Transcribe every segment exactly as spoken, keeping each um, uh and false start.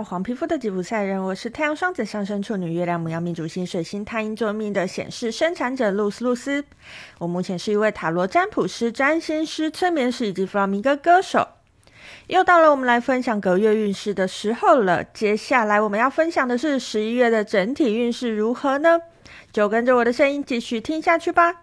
黄皮肤的吉普赛人，我是太阳双子上升处女月亮牡羊命主星水星太阴座命的显示生产者露丝露丝。我目前是一位塔罗占卜师、占星师、催眠师以及弗朗明哥歌手。又到了我们来分享隔月运势的时候了，接下来我们要分享的是十一月的整体运势如何呢？就跟着我的声音继续听下去吧。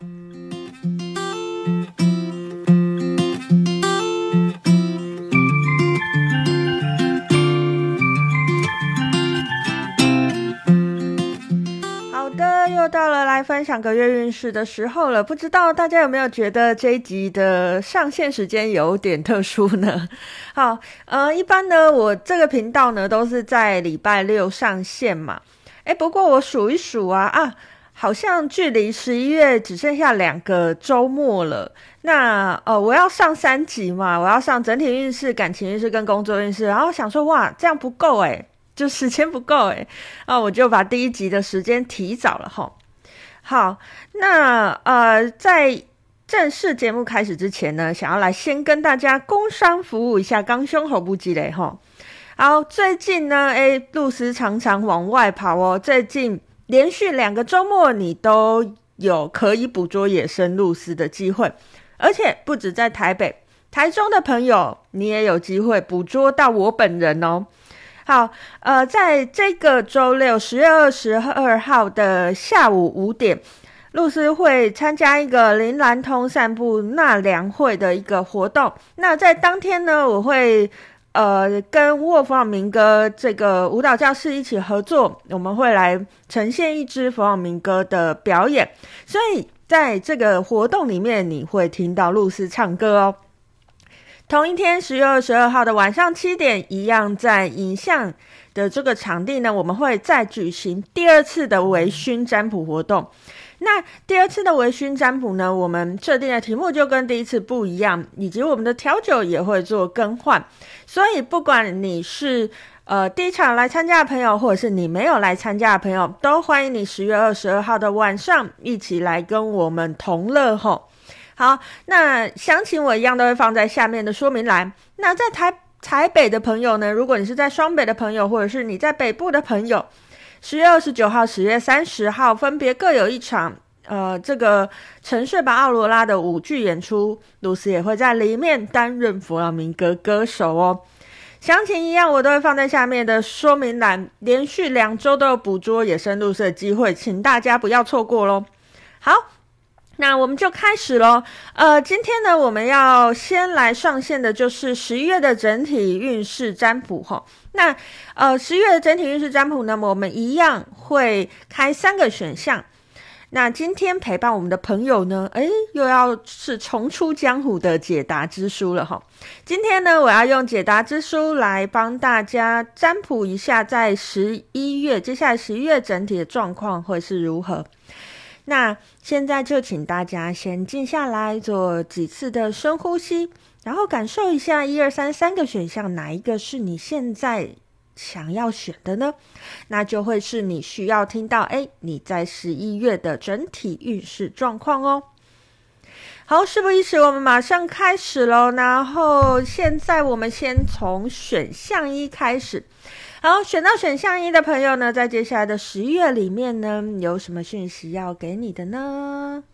又到了来分享隔月运势的时候了，不知道大家有没有觉得这一集的上线时间有点特殊呢？好，呃，一般呢，我这个频道呢都是在礼拜六上线嘛。诶，不过我数一数啊，啊，好像距离十一月只剩下两个周末了。那呃，我要上三集嘛，我要上整体运势、感情运势跟工作运势，然后想说，哇，这样不够诶。就时间不够诶，啊，我就把第一集的时间提早了齁。好，那呃，在正式节目开始之前呢，想要来先跟大家工商服务一下，刚胸口不积累齁。好，最近呢，诶，露丝常常往外跑哦，最近连续两个周末你都有可以捕捉野生露丝的机会，而且不止在台北，台中的朋友你也有机会捕捉到我本人哦。好，呃，在这个周六十月二十二号的下午五点，露丝会参加一个林兰通散步纳凉会的一个活动。那在当天呢，我会呃跟沃弗朗明哥这个舞蹈教室一起合作，我们会来呈现一支弗朗明哥的表演。所以在这个活动里面，你会听到露丝唱歌哦。同一天十月二十二号的晚上七点，一样在影像的这个场地呢，我们会再举行第二次的微醺占卜活动。那第二次的微醺占卜呢，我们设定的题目就跟第一次不一样，以及我们的调酒也会做更换。所以不管你是呃第一场来参加的朋友，或者是你没有来参加的朋友，都欢迎你十月二十二号的晚上一起来跟我们同乐吼。好，那详情我一样都会放在下面的说明栏。那在台台北的朋友呢，如果你是在双北的朋友，或者是你在北部的朋友，十月二十九号、十月三十号分别各有一场呃这个沉睡吧奥罗拉的舞剧演出，露丝也会在里面担任弗朗明哥歌手哦。详情一样我都会放在下面的说明栏，连续两周都有捕捉野生露丝的机会，请大家不要错过咯。好，那我们就开始咯。呃，今天呢，我们要先来上线的就是十一月的整体运势占卜齁。那呃，十一月的整体运势占卜呢，我们一样会开三个选项。那今天陪伴我们的朋友呢，诶，又要是重出江湖的解答之书了齁。今天呢，我要用解答之书来帮大家占卜一下，在十一月接下来十一月整体的状况会是如何。那现在就请大家先静下来，做几次的深呼吸，然后感受一下一二三三个选项哪一个是你现在想要选的呢？那就会是你需要听到诶你在十一月的整体运势状况哦。好，事不宜迟，我们马上开始咯。然后现在我们先从选项一开始。好，选到选项一的朋友呢，在接下来的十月里面呢，有什么讯息要给你的呢？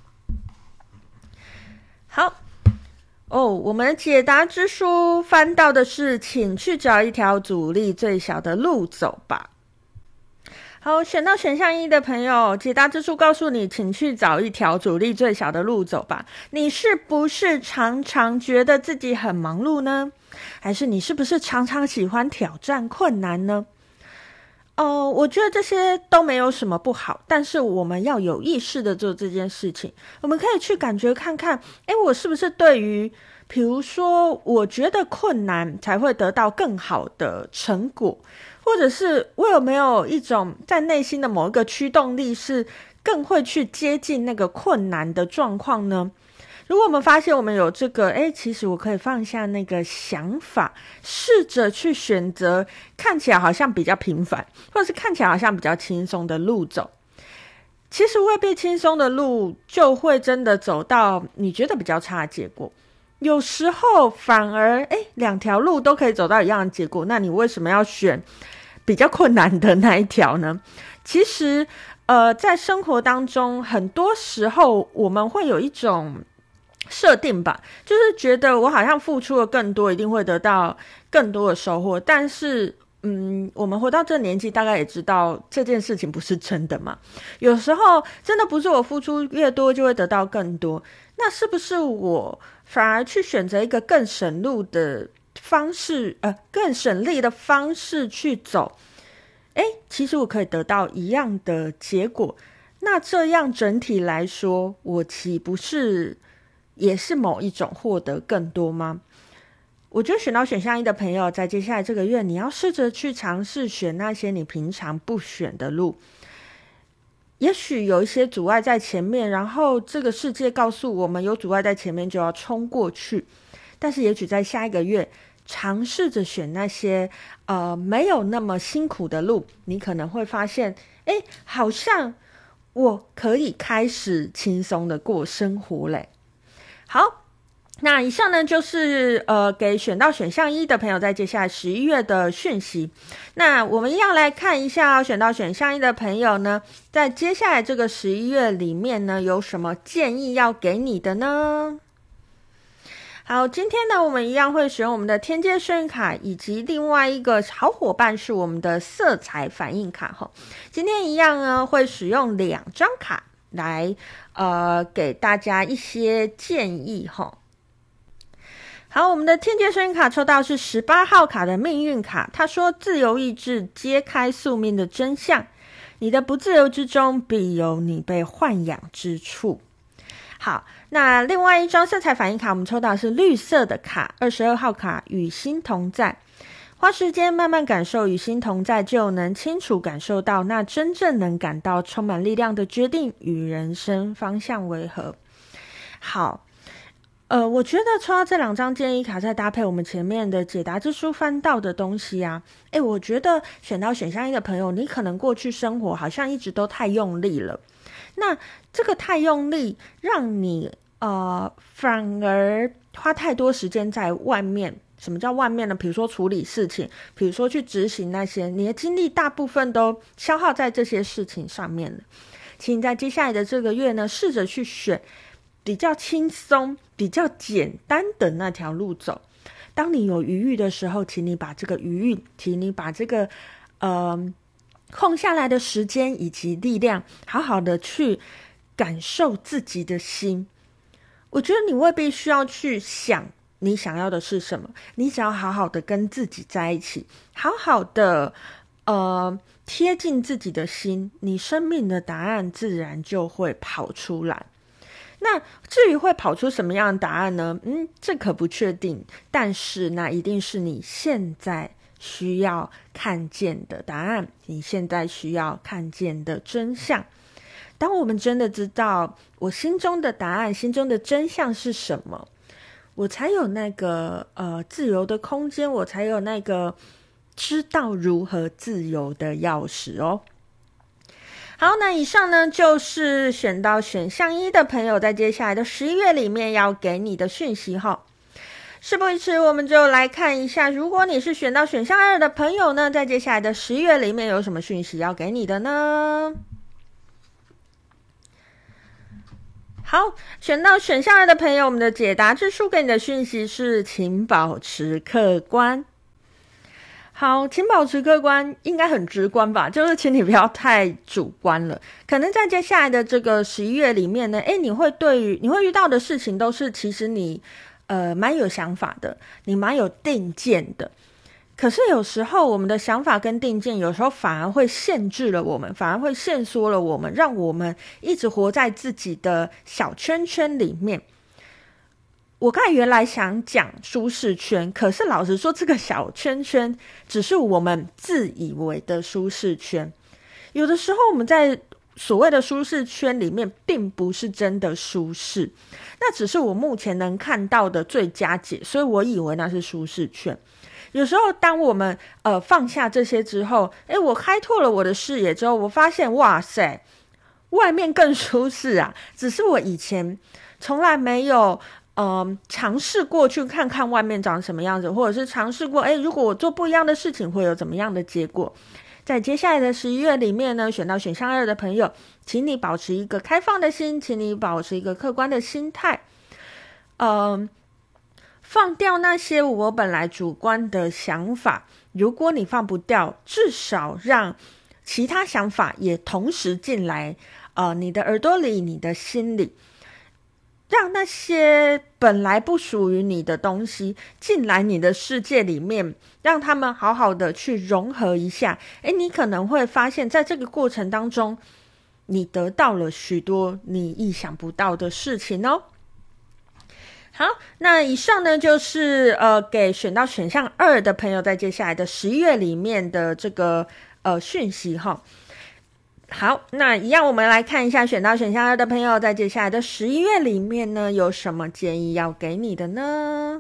好哦，我们解答之书翻到的是，请去找一条阻力最小的路走吧。好，选到选项一的朋友，解答之书告诉你，请去找一条阻力最小的路走吧。你是不是常常觉得自己很忙碌呢？还是你是不是常常喜欢挑战困难呢？呃，我觉得这些都没有什么不好，但是我们要有意识的做这件事情。我们可以去感觉看看，诶，我是不是对于比如说我觉得困难才会得到更好的成果，或者是我有没有一种在内心的某一个驱动力是更会去接近那个困难的状况呢？如果我们发现我们有这个，诶，其实我可以放下那个想法，试着去选择看起来好像比较平凡，或者是看起来好像比较轻松的路走。其实未必轻松的路就会真的走到你觉得比较差的结果。 有时候反而诶两条路都可以走到一样的结果，那你为什么要选比较困难的那一条呢？其实呃，在生活当中很多时候我们会有一种设定吧，就是觉得我好像付出了更多一定会得到更多的收获，但是嗯，我们活到这年纪大概也知道这件事情不是真的嘛。有时候真的不是我付出越多就会得到更多，那是不是我反而去选择一个更省路的方式呃，更省力的方式去走，诶，其实我可以得到一样的结果，那这样整体来说我岂不是也是某一种获得更多吗？我觉得选到选项一的朋友，在接下来这个月你要试着去尝试选那些你平常不选的路，也许有一些阻碍在前面，然后这个世界告诉我们有阻碍在前面就要冲过去，但是也许在下一个月尝试着选那些呃没有那么辛苦的路，你可能会发现诶，好像我可以开始轻松的过生活嘞。好，那以上呢就是呃给选到选项一的朋友在接下来十一月的讯息。那我们一样来看一下、哦、选到选项一的朋友呢，在接下来这个十一月里面呢有什么建议要给你的呢？好，今天呢我们一样会使用我们的天阶顺卡，以及另外一个好伙伴是我们的色彩反应卡。今天一样呢会使用两张卡来呃给大家一些建议齁。好，我们的天阶声音卡抽到是十八号卡的命运卡，他说自由意志揭开宿命的真相，你的不自由之中必有你被豢养之处。好，那另外一张色彩反应卡我们抽到是绿色的卡，二十二号卡与心同在，花时间慢慢感受与心同在，就能清楚感受到那真正能感到充满力量的决定与人生方向为何。好，呃，我觉得抽到这两张建议卡，再搭配我们前面的解答之书翻到的东西啊，诶，我觉得选到选项一的朋友，你可能过去生活好像一直都太用力了，那这个太用力让你呃反而花太多时间在外面。什么叫外面呢？比如说处理事情，比如说去执行那些，你的精力大部分都消耗在这些事情上面了。请你在接下来的这个月呢，试着去选比较轻松比较简单的那条路走。当你有余裕的时候，请你把这个余裕，请你把这个呃空下来的时间以及力量好好的去感受自己的心。我觉得你未必需要去想你想要的是什么，你只要好好的跟自己在一起，好好的呃贴近自己的心，你生命的答案自然就会跑出来。那至于会跑出什么样的答案呢？嗯，这可不确定，但是那一定是你现在需要看见的答案，你现在需要看见的真相。当我们真的知道我心中的答案，心中的真相是什么，我才有那个呃自由的空间，我才有那个知道如何自由的钥匙哦。好，那以上呢就是选到选项一的朋友在接下来的十一月里面要给你的讯息哈。事不宜迟，我们就来看一下，如果你是选到选项二的朋友呢，在接下来的十一月里面有什么讯息要给你的呢？好，选到选项二的朋友，我们的解答之书给你的讯息是请保持客观。好，请保持客观应该很直观吧，就是请你不要太主观了。可能在接下来的这个十一月里面呢，诶，你会对于你会遇到的事情都是其实你呃蛮有想法的，你蛮有定见的。可是有时候我们的想法跟定见有时候反而会限制了我们，反而会限缩了我们，让我们一直活在自己的小圈圈里面。我刚才原来想讲舒适圈，可是老实说这个小圈圈只是我们自以为的舒适圈，有的时候我们在所谓的舒适圈里面并不是真的舒适，那只是我目前能看到的最佳解，所以我以为那是舒适圈。有时候当我们呃放下这些之后，诶，我开拓了我的视野之后，我发现哇塞，外面更舒适啊，只是我以前从来没有呃，尝试过去看看外面长什么样子，或者是尝试过，诶，如果我做不一样的事情会有怎么样的结果。在接下来的十一月里面呢，选到选项二的朋友，请你保持一个开放的心，请你保持一个客观的心态，呃，放掉那些我本来主观的想法。如果你放不掉，至少让其他想法也同时进来，呃，你的耳朵里，你的心里，让那些本来不属于你的东西进来你的世界里面，让他们好好的去融合一下。诶，你可能会发现在这个过程当中，你得到了许多你意想不到的事情哦。好，那以上呢就是呃给选到选项二的朋友在接下来的十一月里面的这个呃讯息哈。好，那一样我们来看一下选到选项二的朋友在接下来的十一月里面呢有什么建议要给你的呢？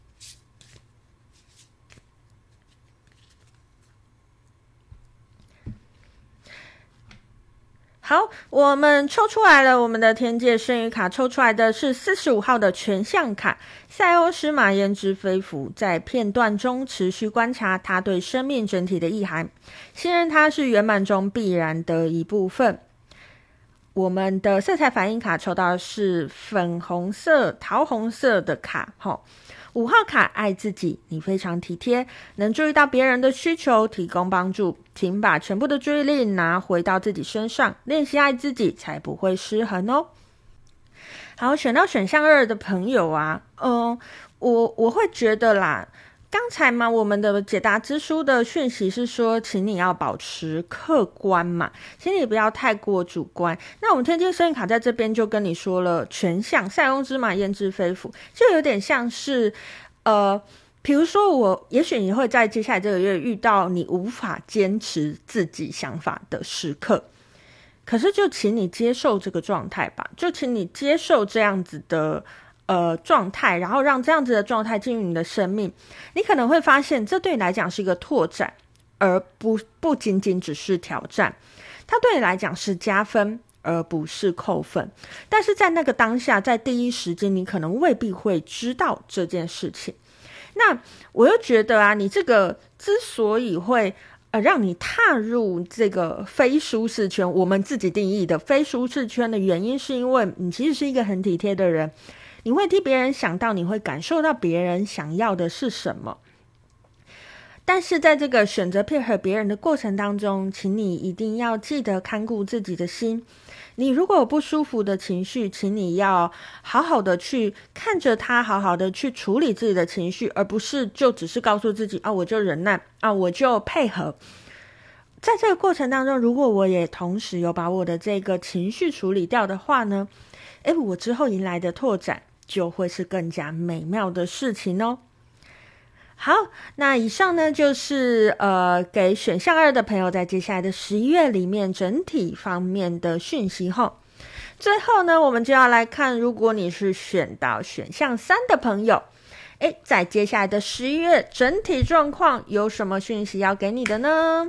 好，我们抽出来了，我们的天界圣谕卡抽出来的是四十五号的权杖卡，塞欧施玛焉知非福，在片段中持续观察它对生命整体的意涵，信任它是圆满中必然的一部分。我们的色彩反应卡抽到的是粉红色、桃红色的卡，齁。五号卡，爱自己，你非常体贴，能注意到别人的需求，提供帮助，请把全部的注意力拿回到自己身上，练习爱自己，才不会失衡哦。好，选到选项二的朋友啊，嗯，我我会觉得啦，刚才嘛，我们的解答之书的讯息是说，请你要保持客观嘛，请你不要太过主观。那我们天界圣谕卡在这边就跟你说了，权杖塞翁之马焉知非福，就有点像是，呃，比如说我也许你会在接下来这个月遇到你无法坚持自己想法的时刻，可是就请你接受这个状态吧，就请你接受这样子的呃状态，然后让这样子的状态进入你的生命。你可能会发现这对你来讲是一个拓展，而不不仅仅只是挑战，它对你来讲是加分而不是扣分。但是在那个当下，在第一时间你可能未必会知道这件事情。那我又觉得啊，你这个之所以会呃，让你踏入这个非舒适圈，我们自己定义的非舒适圈的原因，是因为你其实是一个很体贴的人，你会替别人想到，你会感受到别人想要的是什么。但是在这个选择配合别人的过程当中，请你一定要记得看顾自己的心。你如果有不舒服的情绪，请你要好好的去看着它，好好的去处理自己的情绪，而不是就只是告诉自己啊，我就忍耐啊，我就配合。在这个过程当中，如果我也同时有把我的这个情绪处理掉的话呢，诶，我之后迎来的拓展就会是更加美妙的事情哦。好，那以上呢就是呃给选项二的朋友在接下来的十一月里面整体方面的讯息后，最后呢我们就要来看，如果你是选到选项三的朋友，诶，在接下来的十一月整体状况有什么讯息要给你的呢？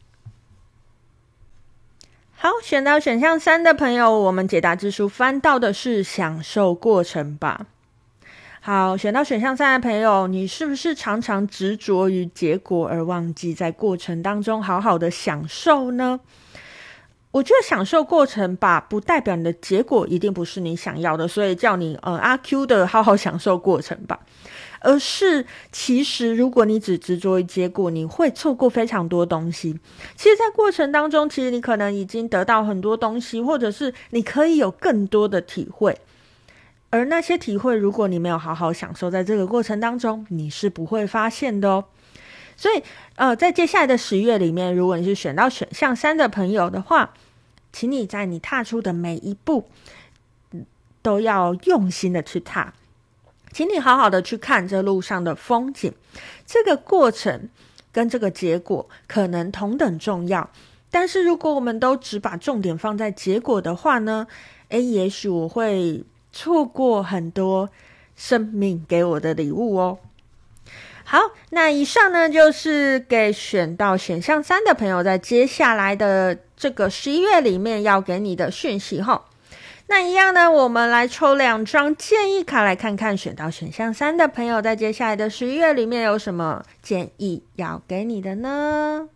好，选到选项三的朋友，我们解答之书翻到的是享受过程吧。好，选到选项三的朋友，你是不是常常执着于结果而忘记在过程当中好好的享受呢？我觉得享受过程吧，不代表你的结果一定不是你想要的，所以叫你呃阿 Q 的好好享受过程吧。而是其实如果你只执着于结果，你会错过非常多东西。其实在过程当中，其实你可能已经得到很多东西，或者是你可以有更多的体会。而那些体会，如果你没有好好享受在这个过程当中，你是不会发现的哦。所以呃，在接下来的十月里面，如果你是选到选项三的朋友的话，请你在你踏出的每一步都要用心的去踏，请你好好的去看这路上的风景，这个过程跟这个结果可能同等重要，但是如果我们都只把重点放在结果的话呢，诶，也许我会错过很多生命给我的礼物哦。好，那以上呢就是给选到选项三的朋友在接下来的这个十一月里面要给你的讯息齁。 那一样呢，我们来抽两张建议卡，来看看选到选项三的朋友在接下来的十一月里面有什么建议要给你的呢？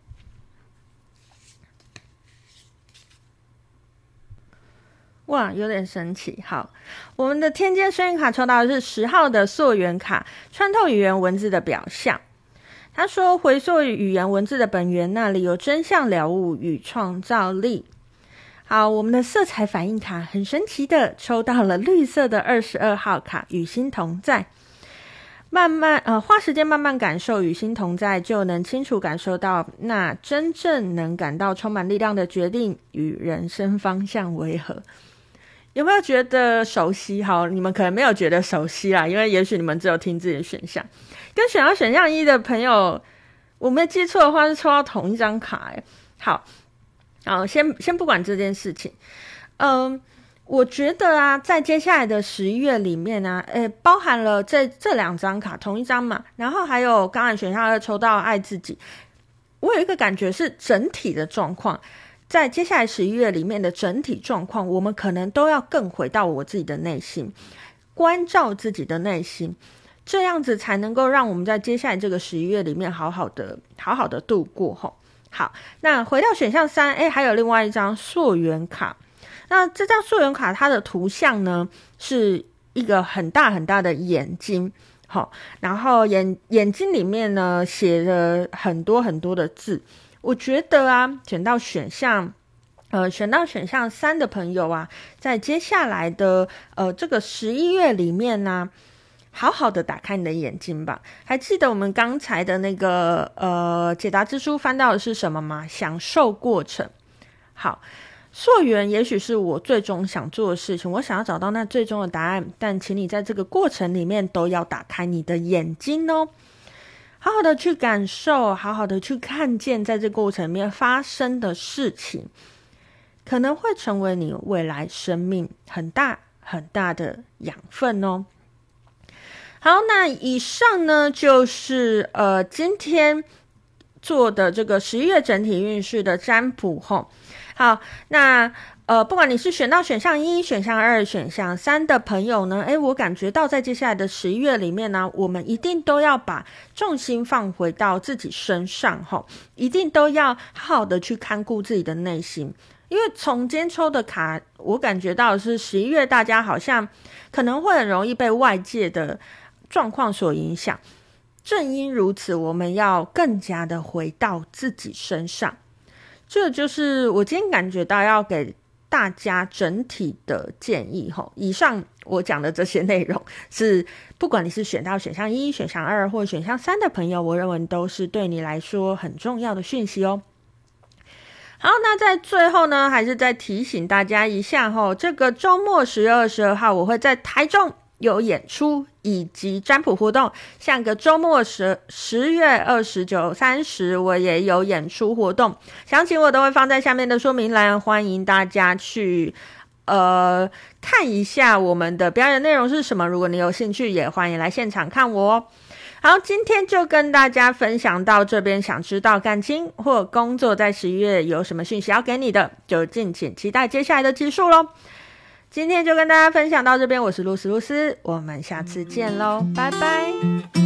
哇，有点神奇。好，我们的天阶声音卡抽到的是十号的溯源卡，穿透语言文字的表象。他说，回溯语言文字的本源那里有真相了悟与创造力。好，我们的色彩反应卡很神奇的抽到了绿色的二十二号卡，与心同在。慢慢呃，花时间慢慢感受与心同在，就能清楚感受到那真正能感到充满力量的决定与人生方向为何。有没有觉得熟悉？好，你们可能没有觉得熟悉啦，因为也许你们只有听自己的选项。跟选到选项一的朋友，我没记错的话是抽到同一张卡耶。好，好，先先不管这件事情。嗯，我觉得啊，在接下来的十一月里面啊，诶，包含了这这两张卡，同一张嘛，然后还有刚才选项二抽到爱自己，我有一个感觉是整体的状况。在接下来十一月里面的整体状况，我们可能都要更回到我自己的内心，关照自己的内心，这样子才能够让我们在接下来这个十一月里面好好的好好的度过吼。好，那回到选项三，哎，还有另外一张溯源卡。那这张溯源卡它的图像呢，是一个很大很大的眼睛，好，然后眼眼睛里面呢写了很多很多的字。我觉得啊，选到选项，呃，选到选项三的朋友啊，在接下来的呃这个十一月里面呢、啊，好好的打开你的眼睛吧。还记得我们刚才的那个呃解答之书翻到的是什么吗？享受过程。好，溯源也许是我最终想做的事情，我想要找到那最终的答案，但请你在这个过程里面都要打开你的眼睛哦。好好的去感受，好好的去看见在这个过程里面发生的事情，可能会成为你未来生命很大很大的养分哦。好，那以上呢就是呃今天做的这个十一月整体运势的占卜吼。好，那呃，不管你是选到选项一、选项二、选项三的朋友呢，诶，我感觉到在接下来的十一月里面呢，我们一定都要把重心放回到自己身上齁，一定都要好好的去看顾自己的内心。因为从今天抽的卡，我感觉到的是十一月大家好像可能会很容易被外界的状况所影响。正因如此，我们要更加的回到自己身上。这就是我今天感觉到要给大家整体的建议齁。以上我讲的这些内容是不管你是选到选项一、选项二或选项三的朋友，我认为都是对你来说很重要的讯息哦。好，那在最后呢，还是再提醒大家一下齁，这个周末十月二十二号我会在台中有演出以及占卜活动，下个周末十十月二十九、三十我也有演出活动，详情我都会放在下面的说明栏，欢迎大家去呃看一下我们的表演内容是什么。如果你有兴趣，也欢迎来现场看我哦。好，今天就跟大家分享到这边，想知道感情或工作在十一月有什么讯息要给你的，就敬请期待接下来的集数咯。今天就跟大家分享到这边，我是露丝露丝，我们下次见咯，拜拜。